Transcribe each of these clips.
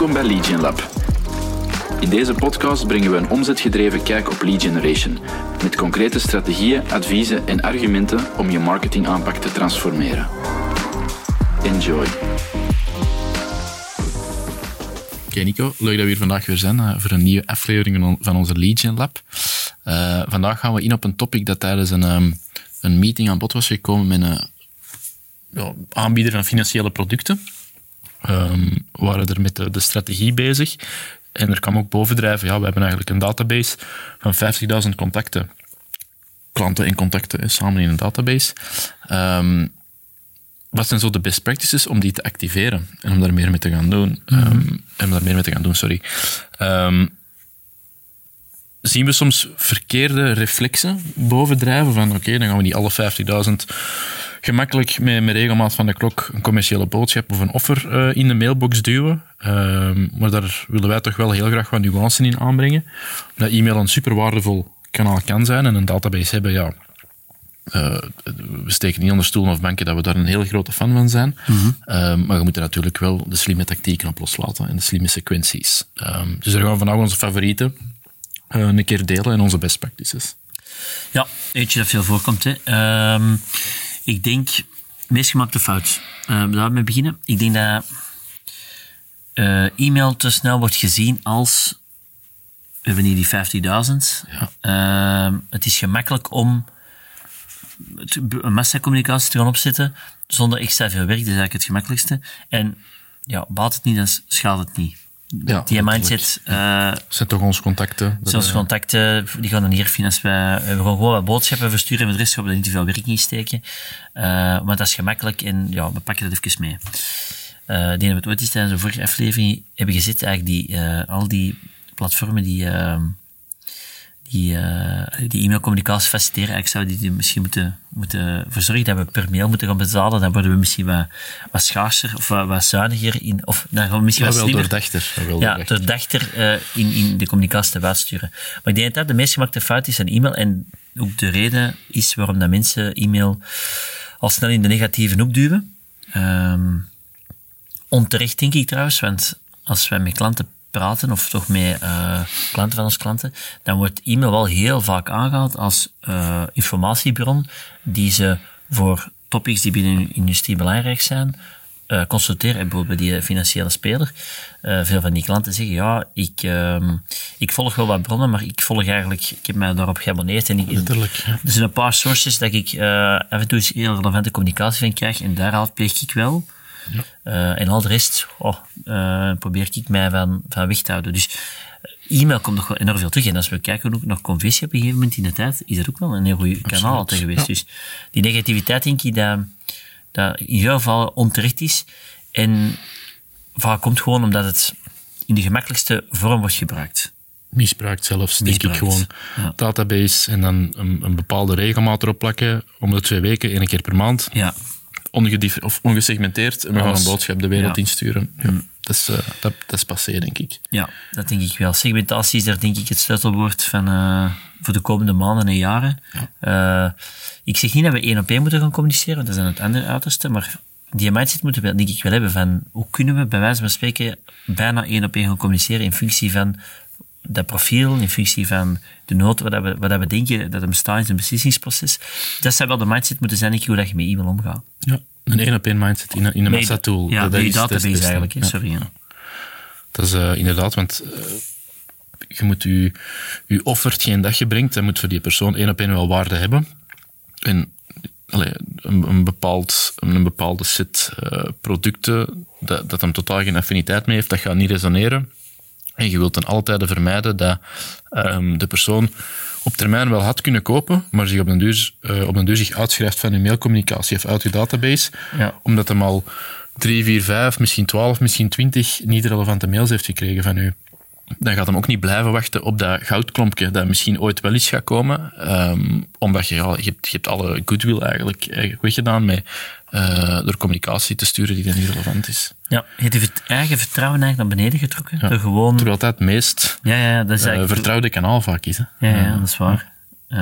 Welkom bij Lead Gen Lab. In deze podcast brengen we een omzetgedreven kijk op lead generation, met concrete strategieën, adviezen en argumenten om je marketingaanpak te transformeren. Enjoy. Oké, Nico, leuk dat we hier vandaag weer zijn voor een nieuwe aflevering van onze Lead Gen Lab. Vandaag gaan we in op een topic dat tijdens een meeting aan bod was gekomen met een aanbieder van financiële producten. We waren er met de strategie bezig en er kwam ook bovendrijven, we hebben eigenlijk een database van 50.000 contacten, klanten en contacten samen in een database. Wat zijn zo de best practices om die te activeren en om daar meer mee te gaan doen? Zien we soms verkeerde reflexen bovendrijven van oké, dan gaan we die alle 50.000 gemakkelijk met regelmaat van de klok een commerciële boodschap of een offer in de mailbox duwen. Maar daar willen wij toch wel heel graag wat nuance in aanbrengen. Dat e-mail een super waardevol kanaal kan zijn en een database hebben, we steken niet onder stoelen of banken dat we daar een heel grote fan van zijn. Maar je moet er natuurlijk wel de slimme tactieken op loslaten en de slimme sequenties. Dus daar gaan we vandaag onze favorieten een keer delen en onze best practices. Ja, eentje dat veel voorkomt. Ik denk, de meest gemaakte fout. Daar we mee beginnen. Ik denk dat e-mail te snel wordt gezien als we hebben hier die 50.000. Het is gemakkelijk om een massacommunicatie te gaan opzetten zonder extra veel werk. Dat is eigenlijk het gemakkelijkste. En baat het niet, dan schaadt het niet. Ja, die mindset... zijn toch onze contacten? Onze contacten, die gaan dan hier als we gaan gewoon wat boodschappen versturen en de rest gaan we er niet te veel werk in steken. Maar dat is gemakkelijk en we pakken dat even mee. Die hebben het ooit eens tijdens de vorige aflevering hebben gezet, eigenlijk al die platformen die e-mailcommunicatie faciliteren, eigenlijk zouden die misschien moeten verzorgen dat we per mail moeten gaan betalen, dan worden we misschien wat schaarser of wat zuiniger in, of dan gaan we misschien wat slimmer. Doordachter in de communicatie te uitsturen. Maar ik denk dat de meest gemaakte fout is aan e-mail en ook de reden is waarom dat mensen e-mail al snel in de negatieve hoek duwen. Onterecht denk ik trouwens, want als wij met klanten praten, of toch met klanten van onze klanten, dan wordt e-mail wel heel vaak aangehaald als informatiebron die ze voor topics die binnen hun industrie belangrijk zijn, consulteren. En bijvoorbeeld bij die financiële speler. Veel van die klanten zeggen, ik volg wel wat bronnen, maar ik heb mij daarop geabonneerd. En er zijn een paar sources dat ik af en toe eens heel relevante communicatie van krijg, en daar raadpleeg ik wel. Ja. En al de rest probeer ik mij van weg te houden. Dus e-mail komt nog wel enorm veel terug. En als we kijken ook naar conversie op een gegeven moment in de tijd, is dat ook wel een heel goed kanaal altijd geweest. Ja. Dus die negativiteit denk ik dat in ieder geval onterecht is. En vaak komt gewoon omdat het in de gemakkelijkste vorm wordt gebruikt. Misbruikt zelfs, denk ik gewoon. Ja. Database en dan een bepaalde regelmaat erop plakken, om de 2 weken, 1 keer per maand. Ja. Ongesegmenteerd en we gaan een boodschap de wereld insturen. Ja, dat is passé, denk ik. Ja, dat denk ik wel. Segmentatie is daar denk ik het sleutelwoord van voor de komende maanden en jaren. Ja. Ik zeg niet dat we 1-op-1 moeten gaan communiceren, dat is aan het andere uiterste, maar die mindset moeten we denk ik wel hebben van hoe kunnen we bij wijze van spreken bijna 1-op-1 gaan communiceren in functie van dat profiel, in functie van de nood wat we denken dat er bestaat in een beslissingsproces. Dat zou wel de mindset moeten zijn, denk ik, hoe dat je met e-mail omgaat. Ja, een 1-op-1 mindset in een massa-tool. Ja, dat is database eigenlijk. Ja. Sorry. Ja. Dat is inderdaad, want je moet je offer hetgeen dat je brengt, dat moet voor die persoon 1-op-1 wel waarde hebben. En een bepaalde set producten dat hem totaal geen affiniteit mee heeft, dat gaat niet resoneren. En je wilt ten alle tijde vermijden dat de persoon op termijn wel had kunnen kopen, maar zich op den duur zich uitschrijft van je mailcommunicatie of uit je database, omdat hem al 3, 4, 5, misschien 12, misschien 20 niet relevante mails heeft gekregen van u. Dan gaat hem ook niet blijven wachten op dat goudklompje dat misschien ooit wel eens gaat komen, omdat je hebt alle goodwill eigenlijk weggedaan met door communicatie te sturen die dan niet relevant is. Ja, je hebt je eigen vertrouwen eigenlijk naar beneden getrokken. Ja, gewoon... Terwijl dat het meest dat is vertrouwde kanaal vaak is. Hè? Ja, dat is waar.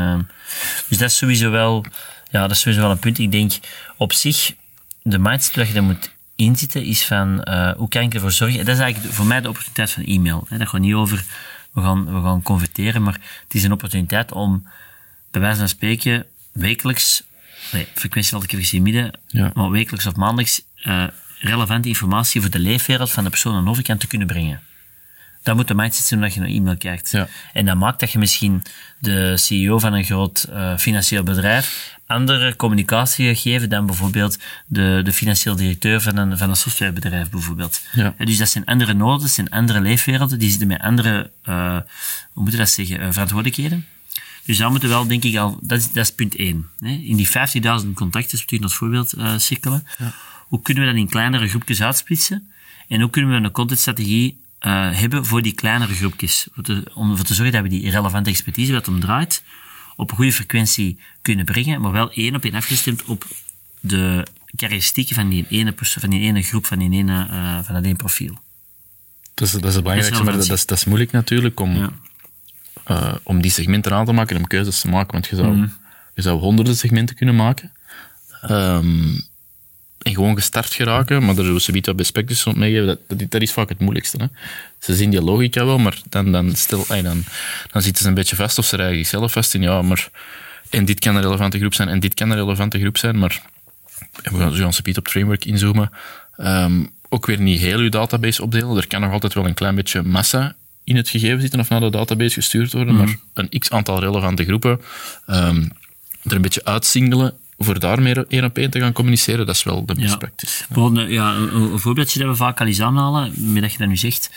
Dus dat is sowieso wel een punt. Ik denk op zich, de mindset dat je dat moet inzitten is van hoe kan ik ervoor zorgen... Dat is eigenlijk voor mij de opportuniteit van e-mail. Hè. Dat gaat niet over we gaan converteren, maar het is een opportuniteit om bij wijze van spreken wekelijks... frequentie valt ik even in het midden, maar wekelijks of maandelijks relevante informatie voor de leefwereld van de persoon aan de overkant te kunnen brengen. Dat moet de mindset zijn dat je naar e-mail kijkt. Ja. En dat maakt dat je misschien de CEO van een groot financieel bedrijf andere communicatie gaat geven dan bijvoorbeeld de financieel directeur van een softwarebedrijf bijvoorbeeld. Ja. Dus dat zijn andere noden, dat zijn andere leefwerelden, die zitten met andere, hoe moet je dat zeggen, verantwoordelijkheden. Dus daar moeten we wel, denk ik al, dat is punt 1. Hè. In die 50.000 contacten, terug naar het voorbeeld cirkelen, hoe kunnen we dat in kleinere groepjes uitsplitsen? En hoe kunnen we een contentstrategie hebben voor die kleinere groepjes? Om ervoor te zorgen dat we die relevante expertise, wat omdraait, op een goede frequentie kunnen brengen, maar wel 1 op 1 afgestemd op de karakteristieken van die ene persoon, van die ene groep, van dat ene profiel. Dat is het belangrijkste, maar dat is moeilijk natuurlijk om die segmenten aan te maken en om keuzes te maken, want je zou honderden segmenten kunnen maken. En gewoon gestart geraken, maar daar zullen ze wat perspectiefs op meegeven, dat is vaak het moeilijkste. Hè. Ze zien die logica wel, maar dan zitten ze een beetje vast, of ze rijden zichzelf vast in, en dit kan een relevante groep zijn, en dit kan een relevante groep zijn, maar we gaan ze op het framework inzoomen. Ook weer niet heel je database opdelen, er kan nog altijd wel een klein beetje massa in het gegeven zitten of naar de database gestuurd worden, maar een x-aantal relevante groepen er een beetje uitsingelen voor daar meer 1 op 1 te gaan communiceren, dat is wel de best practice. Een voorbeeldje dat we vaak al eens aanhalen, met dat je dat nu zegt,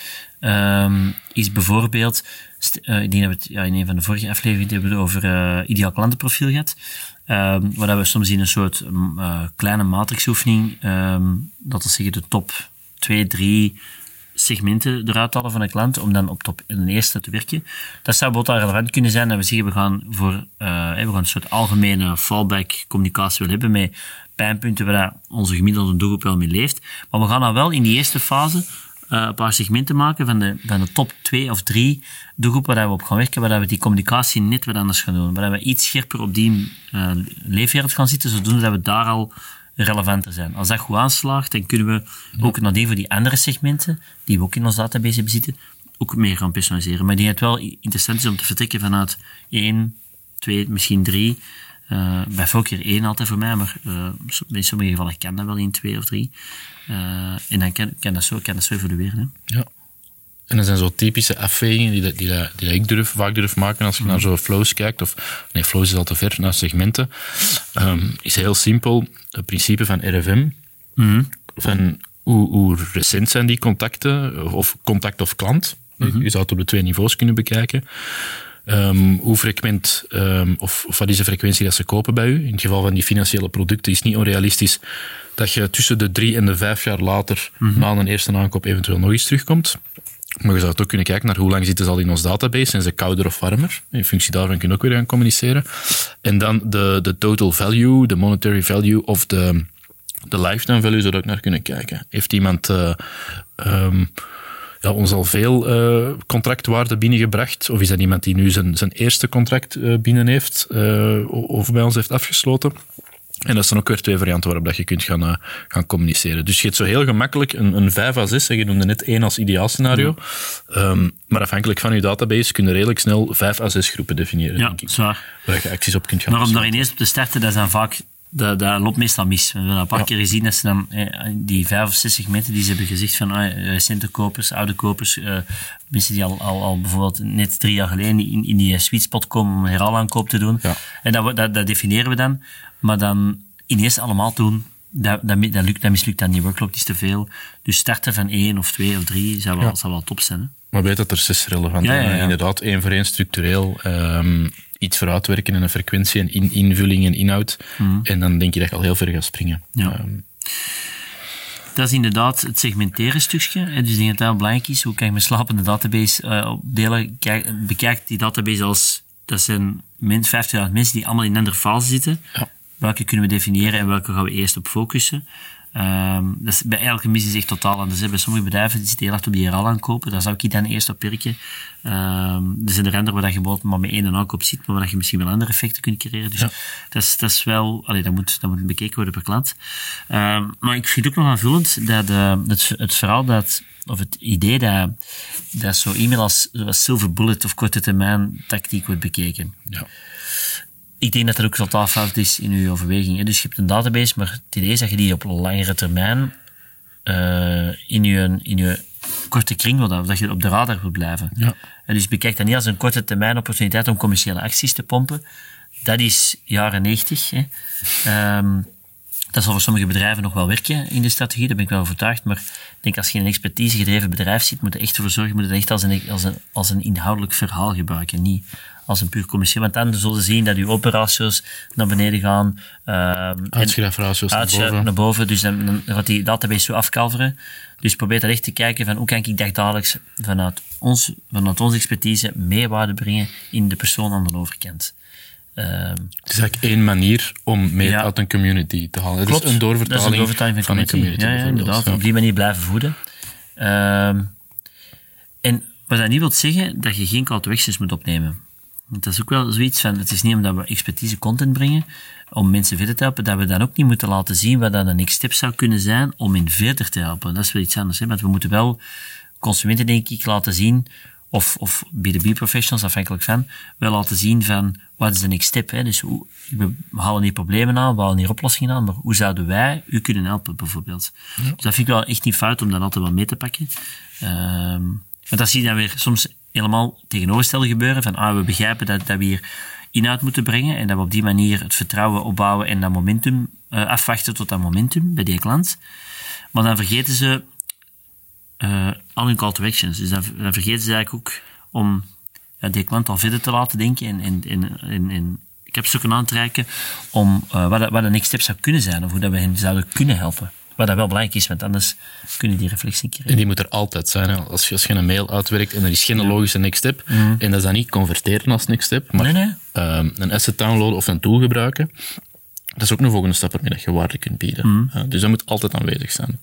is bijvoorbeeld, ik denk dat we het in een van de vorige afleveringen hebben over ideaal klantenprofiel gehad, waar we soms in een soort kleine matrixoefening, dat wil zeggen de top 2, 3 segmenten eruit halen van een klant, om dan op top een eerste te werken. Dat zou bijvoorbeeld al relevant kunnen zijn dat we zeggen, we gaan een soort algemene fallback communicatie willen hebben met pijnpunten waar onze gemiddelde doelgroep wel mee leeft. Maar we gaan dan wel in die eerste fase een paar segmenten maken van de top 2 of 3 doelgroepen waar we op gaan werken, waar we die communicatie net wat anders gaan doen, waar we iets scherper op die leefwereld gaan zitten, zodoende dat we daar al relevanter zijn. Als dat goed aanslaagt, dan kunnen we ook nadien voor die andere segmenten, die we ook in onze database hebben zitten, ook meer gaan personaliseren. Maar ik denk dat het wel interessant is om te vertrekken vanuit 1, 2, misschien 3. Bij voorkeur 1 altijd voor mij, maar in sommige gevallen kan dat wel in 2 of 3. En dan kan dat zo evolueren. Hè. Ja. En dat zijn zo typische afwegingen die ik vaak durf maken als je naar zo'n flows kijkt. Flows is al te ver, naar segmenten. Is heel simpel. Het principe van RFM. Van hoe recent zijn die contacten, of contact of klant. Je zou het op de 2 niveaus kunnen bekijken. Hoe frequent, of wat is de frequentie dat ze kopen bij u? In het geval van die financiële producten is het niet onrealistisch dat je tussen de 3 en de 5 jaar later na een eerste aankoop eventueel nog eens terugkomt. Maar je zou ook kunnen kijken naar hoe lang zitten ze al in ons database. Zijn ze kouder of warmer? In functie daarvan kun je ook weer gaan communiceren. En dan de total value, de monetary value of de lifetime value, zou ook naar kunnen kijken. Heeft iemand ons al veel contractwaarde binnengebracht? Of is dat iemand die nu zijn eerste contract binnen heeft of bij ons heeft afgesloten? En dat zijn ook weer 2 varianten waarop dat je kunt gaan communiceren. Dus je hebt zo heel gemakkelijk een 5 à 6, je noemde net 1 als ideaalscenario. Maar afhankelijk van je database kun je redelijk snel 5 à 6 groepen definiëren, denk ik. Zwaar. Waar je acties op kunt gaan. Maar om daar ineens op te starten, dat is dan vaak... Dat loopt meestal mis. We hebben een paar keer gezien dat ze dan die 5 of 6 segmenten die ze hebben gezegd van recente kopers, oude kopers, mensen die al bijvoorbeeld net 3 jaar geleden in die sweet spot komen om een herhaalaankoop te doen. Ja. En dat definiëren we dan. Maar dan ineens allemaal doen, dat mislukt dan. Die workload is te veel. Dus starten van 1 of 2 of 3 zou wel top zijn. Hè? Maar weet dat er 6 relevant zijn. Ja. Inderdaad, 1 voor 1 structureel. Iets vooruitwerken en een frequentie en invulling en inhoud. En dan denk je dat je al heel ver gaat springen. Ja. Dat is inderdaad het segmenteren stukje. Dus ik denk dat dat belangrijk is. Hoe kan je mijn slapende database opdelen? Bekijk die database als... Dat zijn 50.000 mensen die allemaal in een andere fase zitten. Ja. Welke kunnen we definiëren en welke gaan we eerst op focussen? Dat is bij elke missie echt totaal anders. Bij sommige bedrijven die zitten heel hard op die herhaal aankopen. Daar zou ik dan eerst op werken. Er zijn er andere waar je bijvoorbeeld maar met één aankoop zit, maar waar je misschien wel andere effecten kunt creëren. Dus dat is wel... dat moet bekeken worden per klant. Maar ik vind het ook nog aanvullend dat het verhaal of het idee dat zo'n e-mail als silver bullet of korte termijn tactiek wordt bekeken. Ja. Ik denk dat dat ook totaal fout is in uw overweging. Hè. Dus je hebt een database, maar het idee is dat je die op langere termijn in je korte kring wil houden, dat je op de radar wil blijven. Ja. En dus bekijk dat niet als een korte termijn opportuniteit om commerciële acties te pompen. Dat is jaren 90. Hè. Dat zal voor sommige bedrijven nog wel werken in de strategie, daar ben ik wel overtuigd. Maar ik denk als je in een expertisegedreven bedrijf zit, moet je echt ervoor zorgen, moet je dat echt als een inhoudelijk verhaal gebruiken, niet als een puur commercieel. Want dan zullen ze zien dat je open-ratio's naar beneden gaan. Uitschrijfratio's naar boven. Dus dan gaat die database zo afkalveren. Dus probeer dat echt te kijken van hoe kan ik dagelijks vanuit onze expertise meerwaarde brengen in de persoon aan de overkant. Het is eigenlijk één manier om meer uit een community te halen. Klopt, dat is een doorvertaling van een community. Ja, inderdaad. Ja. Op die manier blijven voeden. En wat dat niet wil zeggen dat je geen call to actions moet opnemen. Want dat is ook wel zoiets van, het is niet omdat we expertise content brengen, om mensen verder te helpen, dat we dan ook niet moeten laten zien wat dan een next step zou kunnen zijn om hen verder te helpen. Dat is wel iets anders. Hè? Want we moeten wel consumenten, denk ik, laten zien, of B2B-professionals, afhankelijk van, wel laten zien van, wat is de next step? Hè? Dus we halen hier problemen aan, we halen hier oplossingen aan, maar hoe zouden wij u kunnen helpen, bijvoorbeeld? Ja. Dus dat vind ik wel echt niet fout om dat altijd wel mee te pakken. Want dat zie je dan weer soms helemaal tegenovergestelde gebeuren, van we begrijpen dat we hier inhoud moeten brengen en dat we op die manier het vertrouwen opbouwen en dat momentum afwachten tot dat momentum bij die klant. Maar dan vergeten ze al hun call to actions. Dus dan vergeten ze eigenlijk ook om die klant al verder te laten denken en ik heb stukken aan te reiken om wat een next step zou kunnen zijn of hoe dat we hen zouden kunnen helpen. Wat dat wel belangrijk is, want anders kunnen die reflectie krijgen. En die moet er altijd zijn. Hè. Als je een mail uitwerkt en er is geen logische next step, en dat is dan niet converteren als next step, maar een asset downloaden of een tool gebruiken, dat is ook een volgende stap waarmee dat je waarde kunt bieden. Dus dat moet altijd aanwezig zijn.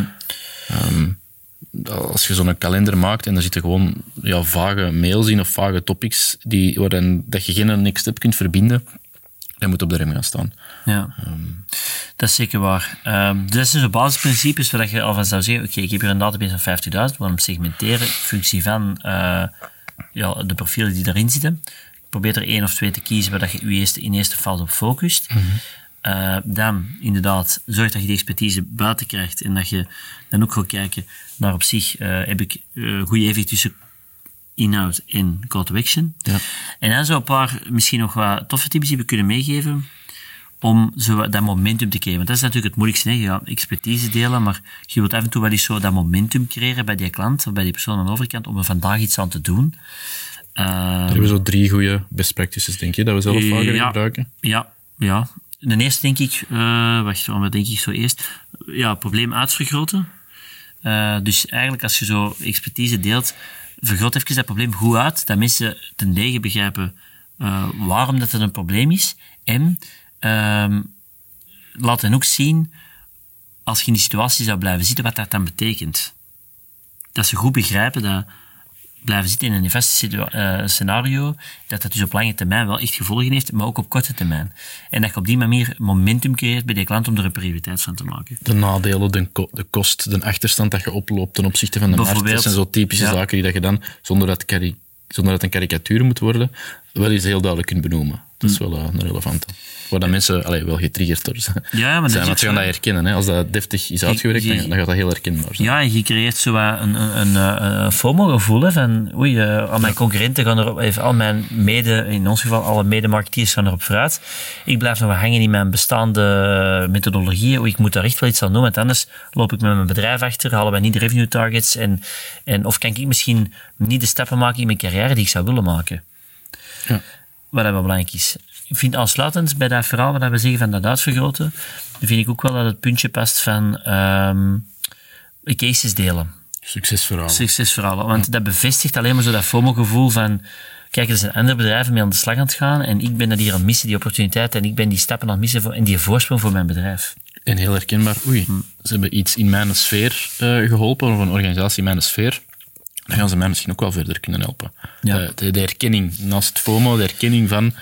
Als je zo'n kalender maakt en daar zitten gewoon vage mails in of vage topics waarin dat je geen next step kunt verbinden, dat moet op de rem gaan staan. Ja, dat is zeker waar. Dus dat zijn de basisprincipes waar je al van zou zeggen, oké, ik heb hier een database van 50.000, we gaan hem segmenteren, in functie van de profielen die erin zitten. Probeer er 1 of 2 te kiezen waar je in eerste fase op focust. Dan, inderdaad, zorg dat je die expertise buiten krijgt en dat je dan ook gaat kijken naar op zich, heb ik goede evenwicht tussen inhoud en call to action. Ja. En dan zo een paar, misschien nog wat toffe tips die we kunnen meegeven om zo dat momentum te creëren. Want dat is natuurlijk het moeilijkste, hè? Ja, expertise delen, maar je wilt af en toe wel eens zo dat momentum creëren bij die klant of bij die persoon aan de overkant om er vandaag iets aan te doen. Daar hebben we zo 3 goede best practices, denk je, dat we zelf vaker gebruiken? Ja. De eerste denk ik, wat denk ik zo eerst? Ja, probleem uitvergroten. Dus eigenlijk als je zo expertise deelt, vergroot even dat probleem goed uit, dat mensen ten dege begrijpen waarom dat het een probleem is. En laat hen ook zien, als je in die situatie zou blijven zitten, wat dat dan betekent. Dat ze goed begrijpen dat blijven zitten in een nefast scenario, dat dus op lange termijn wel echt gevolgen heeft, maar ook op korte termijn. En dat je op die manier momentum creëert bij die klant om er een prioriteit van te maken. De nadelen, de kost, de achterstand dat je oploopt ten opzichte van de markt, dat zijn zo typische zaken die dat je dan, zonder dat het een karikatuur moet worden, wel eens heel duidelijk kunt benoemen. Dat is wel een relevante. Waar dat mensen wel getriggerd door zijn. Ja, maar want ze gaan dat herkennen. Hè. Als dat deftig is uitgewerkt, dan gaat dat heel herkenbaar zijn. Ja, en je creëert zo een FOMO-gevoel. Hè, van, al mijn concurrenten gaan erop, even al mijn in ons geval, alle medemarketeers gaan erop vooruit. Ik blijf nog wel hangen in mijn bestaande methodologieën. Ik moet daar echt wel iets aan doen, want anders loop ik met mijn bedrijf achter, halen wij niet de revenue targets en of kan ik misschien niet de stappen maken in mijn carrière die ik zou willen maken. Ja. Wat dat wel belangrijk is. Ik vind aansluitend bij dat verhaal wat we zeggen van dat uitvergroten, vind ik ook wel dat het puntje past van cases delen. Succesverhalen. Want dat bevestigt alleen maar zo dat FOMO-gevoel van kijk, er zijn andere bedrijven mee aan de slag aan het gaan en ik ben dat hier aan het missen, die opportuniteit, en ik ben die stappen aan het missen en die voorsprong voor mijn bedrijf. En heel herkenbaar, ze hebben iets in mijn sfeer geholpen, of een organisatie in mijn sfeer, dan gaan ze mij misschien ook wel verder kunnen helpen. Ja. De herkenning, naast het FOMO, de herkenning van...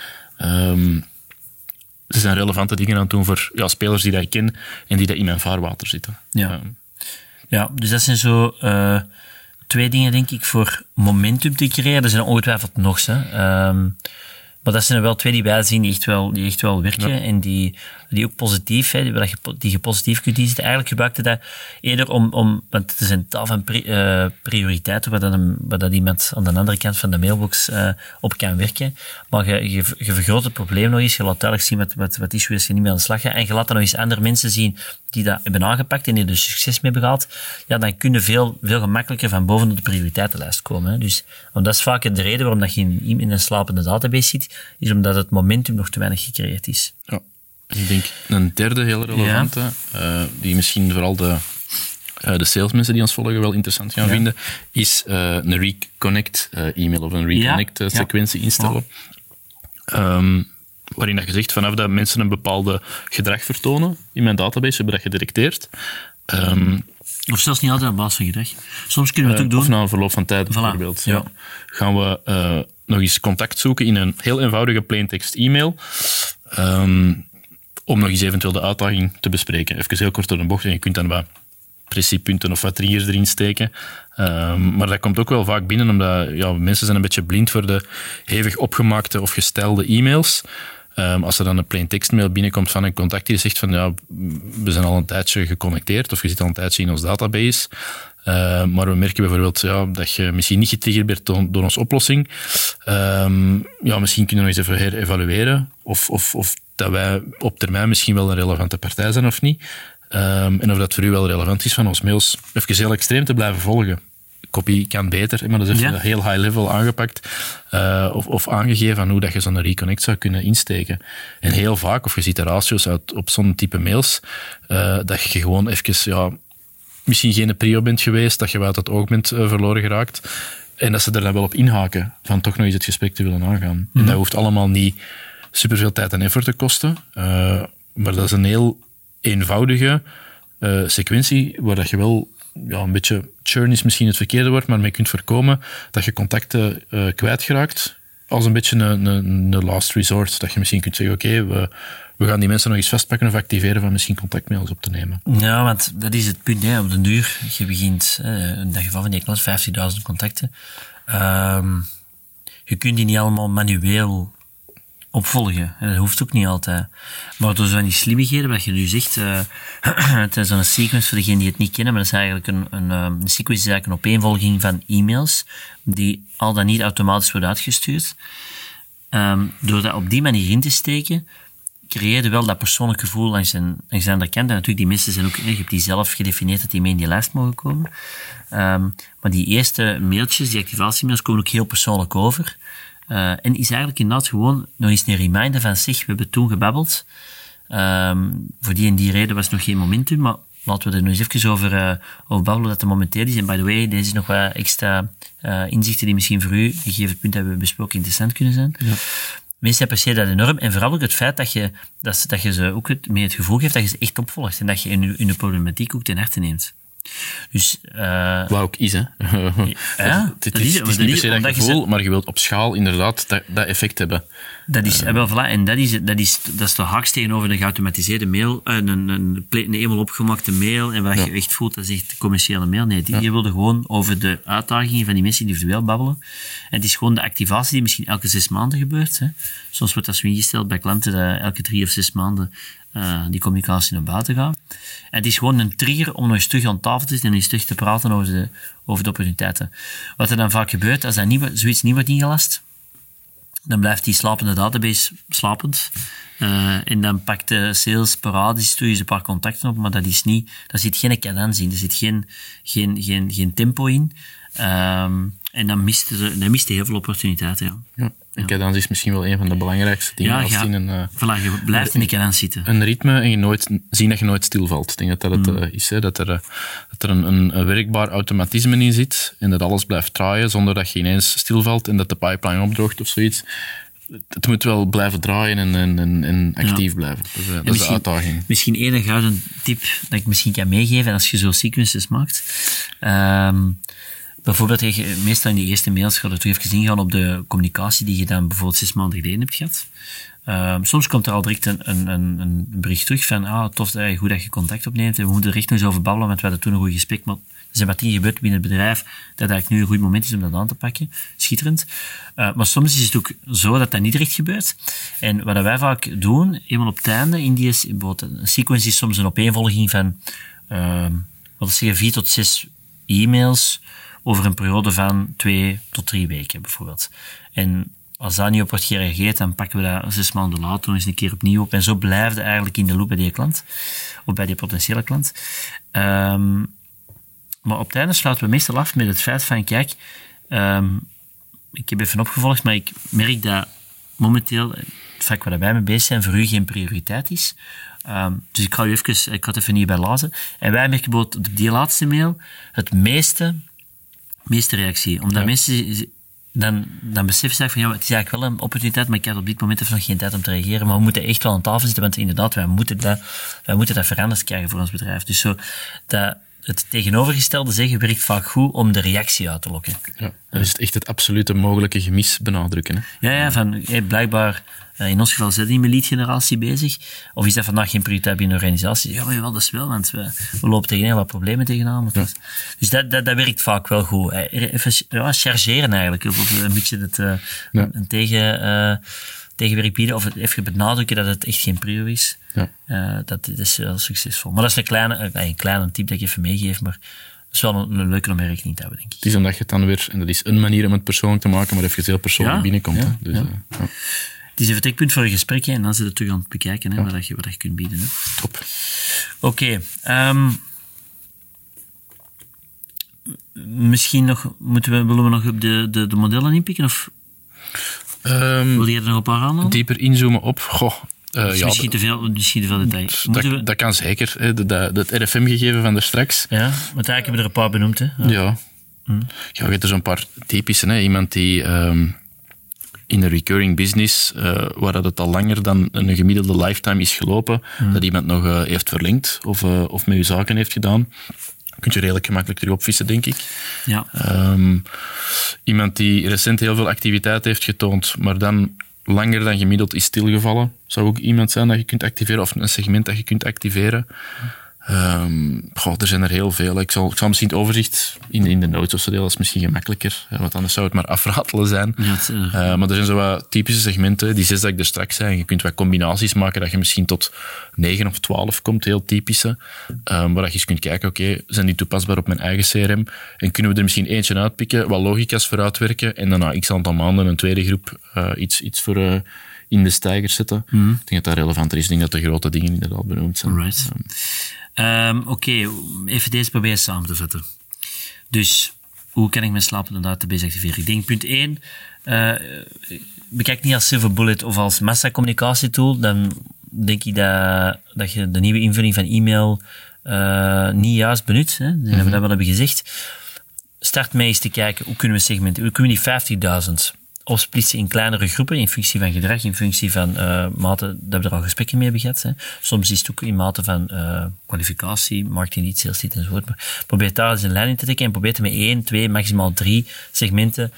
ze zijn relevante dingen aan het doen voor spelers die dat ik ken en die dat in mijn vaarwater zitten. Ja, dus dat zijn zo 2 dingen, denk ik, voor momentum te creëren. Er zijn ongetwijfeld nog, maar dat zijn er wel 2 die wij zien die echt wel werken en die ook positief, die je positief kunt inzetten. Eigenlijk gebruikte dat eerder om want er zijn tal van prioriteiten waar dat iemand aan de andere kant van de mailbox op kan werken. Maar je vergroot het probleem nog eens, je laat duidelijk zien wat is als je niet meer aan de slag gaat en je laat dan nog eens andere mensen zien die dat hebben aangepakt en die er succes mee behaald. Ja, dan kun je veel gemakkelijker van boven op de prioriteitenlijst komen. Hè. Dus, want dat is vaak de reden waarom dat je in een slapende database zit, is omdat het momentum nog te weinig gecreëerd is. Ja. Ik denk een derde heel relevante, die misschien vooral de salesmensen die ons volgen wel interessant gaan vinden, is een reconnect e-mail of een reconnect sequentie instellen. Waarin dat je zegt, vanaf dat mensen een bepaalde gedrag vertonen in mijn database, hebben dat gedetecteerd. Of zelfs niet altijd op basis van gedrag. Soms kunnen we het ook doen. Of na een verloop van tijd bijvoorbeeld. Ja. Gaan we nog eens contact zoeken in een heel eenvoudige plaintext e-mail. Om nog eens eventueel de uitdaging te bespreken. Even heel kort door de bocht en je kunt dan wat pressiepunten of wat triggers erin steken. Maar dat komt ook wel vaak binnen, omdat mensen zijn een beetje blind voor de hevig opgemaakte of gestelde e-mails. Als er dan een plain tekstmail binnenkomt van een contact die zegt van we zijn al een tijdje geconnecteerd of je zit al een tijdje in ons database. Maar we merken bijvoorbeeld dat je misschien niet getriggerd bent door onze oplossing. Misschien kunnen we nog eens even herevalueren of dat wij op termijn misschien wel een relevante partij zijn of niet. En of dat voor u wel relevant is van ons mails even heel extreem te blijven volgen. Kopie kan beter, maar dat is even heel high level aangepakt of aangegeven van hoe dat je zo'n reconnect zou kunnen insteken. En heel vaak, of je ziet de ratio's uit op zo'n type mails, dat je gewoon even, misschien geen prio bent geweest, dat je uit het oog bent verloren geraakt. En dat ze er dan wel op inhaken, van toch nog eens het gesprek te willen aangaan. En dat hoeft allemaal niet superveel tijd en effort te kosten, maar dat is een heel eenvoudige sequentie, waar dat je wel een beetje churn is misschien het verkeerde woord, maar mee kunt voorkomen dat je contacten kwijtgeraakt als een beetje een last resort. Dat je misschien kunt zeggen, oké, we gaan die mensen nog eens vastpakken of activeren van misschien contactmails op te nemen. Ja, want dat is het punt. Op den duur, je begint, in dat geval van die klant, 50.000 contacten. Je kunt die niet allemaal manueel opvolgen. Dat hoeft ook niet altijd. Maar door zo'n die slimmigheden, wat je nu zegt, het is zo'n sequence voor degenen die het niet kennen, maar dat is eigenlijk een sequence is eigenlijk een opeenvolging van e-mails die al dan niet automatisch worden uitgestuurd. Door dat op die manier in te steken, creëer je wel dat persoonlijk gevoel langs de andere kant. En natuurlijk, die mensen zijn ook, je hebt die zelf gedefinieerd dat die mee in die lijst mogen komen. Maar die eerste mailtjes, die activatiemails, komen ook heel persoonlijk over. En is eigenlijk inderdaad gewoon nog eens een reminder van we hebben toen gebabbeld. Voor die en die reden was het nog geen momentum, maar laten we er nog eens even over babbelen dat het momenteel is. En by the way, deze is nog wat extra inzichten die misschien voor u, gegeven het punt dat we besproken, interessant kunnen zijn. Ja. Mensen appreciëren dat enorm. En vooral ook het feit dat je ze ook mee het gevoel geeft dat je ze echt opvolgt en dat je in de problematiek ook ten harte neemt. Dus, wat ook is, hè. Het is niet per se dat gevoel, maar je wilt op schaal inderdaad dat effect hebben. Dat is, en dat is de haaks tegenover een geautomatiseerde mail, een eenmaal opgemaakte mail, en wat je echt voelt, dat is echt commerciële mail. Nee, je wilde gewoon over de uitdagingen van die mensen individueel babbelen. En het is gewoon de activatie die misschien elke 6 maanden gebeurt. Hè. Soms wordt dat zo ingesteld bij klanten dat elke 3 of 6 maanden die communicatie naar buiten gaat. En het is gewoon een trigger om nog eens terug aan tafel te zitten en eens terug te praten over de opportuniteiten. Wat er dan vaak gebeurt, als zoiets niet wordt ingelast, dan blijft die slapende database slapend. En dan pakt de sales sporadisch toe een paar contacten op, maar daar zit geen cadans in, er zit geen tempo in. En dan mist je heel veel opportuniteiten. Ja. En cadans is misschien wel een van de belangrijkste dingen. Voilà, je blijft in de cadans zitten. Een ritme en zien dat je nooit stilvalt. Ik denk dat het is, hè, dat er een werkbaar automatisme in zit en dat alles blijft draaien zonder dat je ineens stilvalt en dat de pipeline opdroogt of zoiets. het moet wel blijven draaien en actief blijven. Dat is de uitdaging. Misschien enig een tip dat ik misschien kan meegeven als je zo sequences maakt. Bijvoorbeeld, meestal in die eerste mails gaat het toch even ingaan op de communicatie die je dan bijvoorbeeld 6 maanden geleden hebt gehad. Soms komt er al direct een bericht terug van tof, goed dat je contact opneemt en we moeten er echt nog eens over babbelen, want we hadden toen een goed gesprek, maar er zijn wat dingen gebeurd binnen het bedrijf dat eigenlijk nu een goed moment is om dat aan te pakken. Schitterend. Maar soms is het ook zo dat dat niet direct gebeurt. En wat wij vaak doen, eenmaal op het einde, bijvoorbeeld een sequence is soms een opeenvolging van 4 tot 6 e-mails over een periode van 2 tot 3 weken, bijvoorbeeld. En als daar niet op wordt gereageerd, dan pakken we dat 6 maanden later nog eens een keer opnieuw op. En zo blijft het eigenlijk in de loop bij die klant, of bij die potentiële klant. Maar op het einde sluiten we meestal af met het feit van, kijk, ik heb even opgevolgd, maar ik merk dat momenteel het vak waar wij mee bezig zijn voor u geen prioriteit is. Dus ik ga het even niet bij lazen. En wij merken bijvoorbeeld op die laatste mail het meeste reactie. Omdat mensen dan beseffen ze van, het is eigenlijk wel een opportuniteit, maar ik heb op dit moment even nog geen tijd om te reageren. Maar we moeten echt wel aan tafel zitten, want inderdaad, wij moeten dat veranderd krijgen voor ons bedrijf. Dus zo, het tegenovergestelde zeggen werkt vaak goed om de reactie uit te lokken. Ja, dat is echt het absolute mogelijke gemis benadrukken. Hè? Ja, blijkbaar, in ons geval zijn we niet met lead-generatie bezig. Of is dat vandaag geen prioriteit binnen de organisatie? Ja, jawel, dat is wel, want we lopen tegen heel wat problemen tegenaan. Ja. Dus dat werkt vaak wel goed. Even chargeren eigenlijk, of een beetje een tegenwerk bieden, of even benadrukken dat het echt geen prio is. Ja. Dat is wel succesvol. Maar dat is een kleine tip dat ik even meegeef, maar dat is wel een leuke om rekening te houden, denk ik. Het is omdat je het dan weer, en dat is een manier om het persoonlijk te maken, maar even heel persoonlijk binnenkomt. Ja, hè? Dus, Het is een vertrekpunt voor een gesprek, en dan zit het terug aan het bekijken, wat je kunt bieden. Hè. Top. Oké. Misschien nog, willen we nog op de modellen inpikken, of wil je er nog een paar aanhalen? Dieper inzoomen op, misschien te veel details. Dat kan zeker. Het RFM-gegeven van daar straks. Ja, want eigenlijk hebben we er een paar benoemd. Hè? Ja. Je hebt er zo'n paar typische. Hè? Iemand die in een recurring business, waar dat het al langer dan een gemiddelde lifetime is gelopen, dat iemand nog heeft verlengd of met je zaken heeft gedaan. Kun je redelijk gemakkelijk terug opvissen, denk ik. Ja. Iemand die recent heel veel activiteit heeft getoond, maar dan langer dan gemiddeld is stilgevallen. Zou ook iemand zijn dat je kunt activeren, of een segment dat je kunt activeren. Er zijn er heel veel. Ik zal misschien het overzicht in de notes of zo delen, dat is misschien gemakkelijker, want anders zou het maar afratelen zijn. Ja, maar er zijn zo wat typische segmenten, die 6 dat ik er straks zei. Je kunt wat combinaties maken dat je misschien tot 9 of 12 komt, heel typische. Waar je eens kunt kijken, oké, zijn die toepasbaar op mijn eigen CRM? En kunnen we er misschien eentje uitpikken, wat logica's voor uitwerken, en dan na x aantal maanden een tweede groep iets voor in de steiger zetten. Ik denk dat dat relevanter is. Ik denk dat de grote dingen inderdaad benoemd zijn. Right. Oké, even deze proberen samen te vatten. Dus, hoe kan ik mijn slapende database activeren? Ik denk punt 1, bekijk niet als silver bullet of als massacommunicatietool, dan denk ik dat je de nieuwe invulling van e-mail niet juist benut. Hè? Dat we dat wel hebben gezegd. Start mee eens te kijken, hoe kunnen we segmenten, hoe kunnen we die 50.000 opsplitsen in kleinere groepen, in functie van gedrag, in functie van mate, dat we er al gesprekken mee hebben gehad. Hè. Soms is het ook in mate van kwalificatie, marketing lead, sales lead enzovoort. Maar probeer daar eens een lijn in te trekken en probeer met 1, 2, maximaal 3 segmenten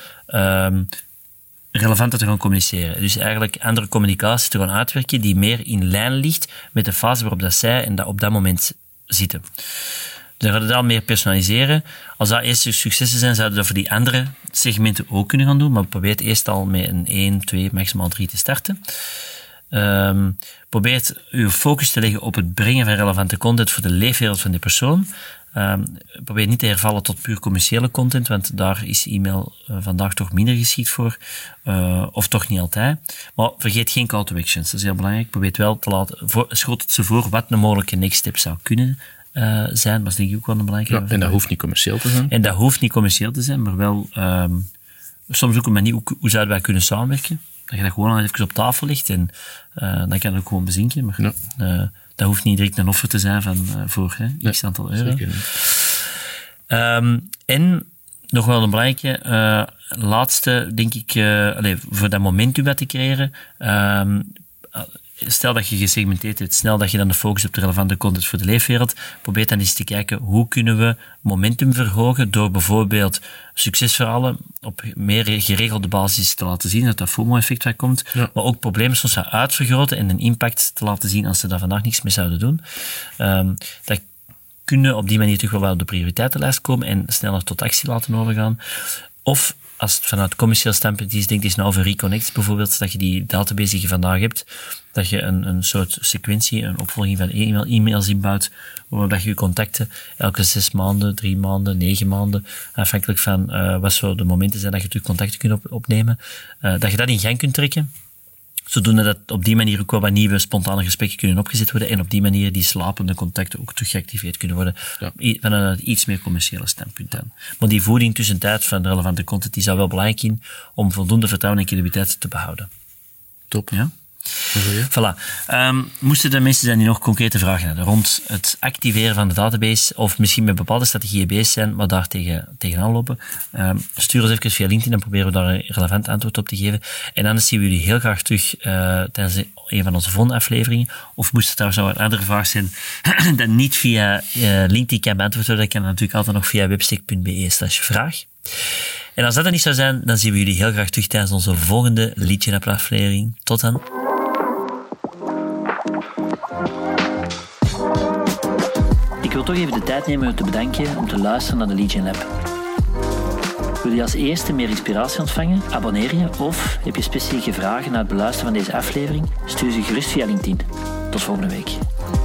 relevanter te gaan communiceren. Dus eigenlijk andere communicatie te gaan uitwerken die meer in lijn ligt met de fase waarop dat zij en dat op dat moment zitten. Dan gaan we dat meer personaliseren. Als dat eerste successen zijn, zouden we dat voor die andere segmenten ook kunnen gaan doen. Maar probeer het eerst al met een 1, 2, maximaal 3 te starten. Probeer uw focus te leggen op het brengen van relevante content voor de leefwereld van die persoon. Probeer niet te hervallen tot puur commerciële content, want daar is e-mail vandaag toch minder geschikt voor. Of toch niet altijd. Maar vergeet geen call to actions, dat is heel belangrijk. Probeer het wel te laten, schot het ze voor wat een mogelijke next step zou kunnen zijn, maar dat is denk ik ook wel een belangrijke. Ja, en dat hoeft niet commercieel te zijn. En dat hoeft niet commercieel te zijn, maar wel soms ook een manier, hoe zouden wij kunnen samenwerken? Dat je dat gewoon al even op tafel legt en dan kan het ook gewoon bezinken. Maar dat hoeft niet direct een offer te zijn voor x aantal euro. Zeker. En nog wel een belangrijke, laatste, denk ik, voor dat momentum wat te creëren. Stel dat je gesegmenteerd hebt, snel dat je dan de focus op de relevante content voor de leefwereld, probeer dan eens te kijken hoe kunnen we momentum verhogen door bijvoorbeeld succesverhalen op meer geregelde basis te laten zien, dat dat FOMO-effect waar komt, maar ook problemen soms gaan uitvergroten en een impact te laten zien als ze daar vandaag niks mee zouden doen. Dat kunnen op die manier toch wel op de prioriteitenlijst komen en sneller tot actie laten overgaan. Of als het vanuit commercieel standpunt is, denk eens nou over Reconnect bijvoorbeeld, dat je die database die je vandaag hebt, dat je een soort sequentie, een opvolging van e-mails inbouwt, waarop je je contacten elke 6 maanden, 3 maanden, 9 maanden, afhankelijk van wat zo de momenten zijn dat je terug contacten kunt opnemen, dat je dat in gang kunt trekken. Zodoende dat op die manier ook wel wat nieuwe spontane gesprekken kunnen opgezet worden en op die manier die slapende contacten ook terug geactiveerd kunnen worden. Vanuit een iets meer commerciële standpunt dan. Maar die voeding tussentijd van de relevante content die zou wel belangrijk zijn om voldoende vertrouwen en credibiliteit te behouden. Top. Ja? Voilà. Moesten er mensen zijn die nog concrete vragen hebben rond het activeren van de database of misschien met bepaalde strategieën bezig zijn, maar daar tegenaan lopen, stuur ons even via LinkedIn en proberen we daar een relevant antwoord op te geven. En anders zien we jullie heel graag terug tijdens een van onze volgende afleveringen. Of moest het trouwens nog een andere vraag zijn dat niet via LinkedIn kan beantwoord worden, dat kan natuurlijk altijd nog via webstack.be/vraag. En als dat er niet zou zijn, dan zien we jullie heel graag terug tijdens onze volgende Lead Gen aflevering. Tot dan. Ik wil toch even de tijd nemen om te bedanken om te luisteren naar de Lead Gen Lab. Wil je als eerste meer inspiratie ontvangen? Abonneer je of heb je specifieke vragen na het beluisteren van deze aflevering? Stuur ze gerust via LinkedIn. Tot volgende week.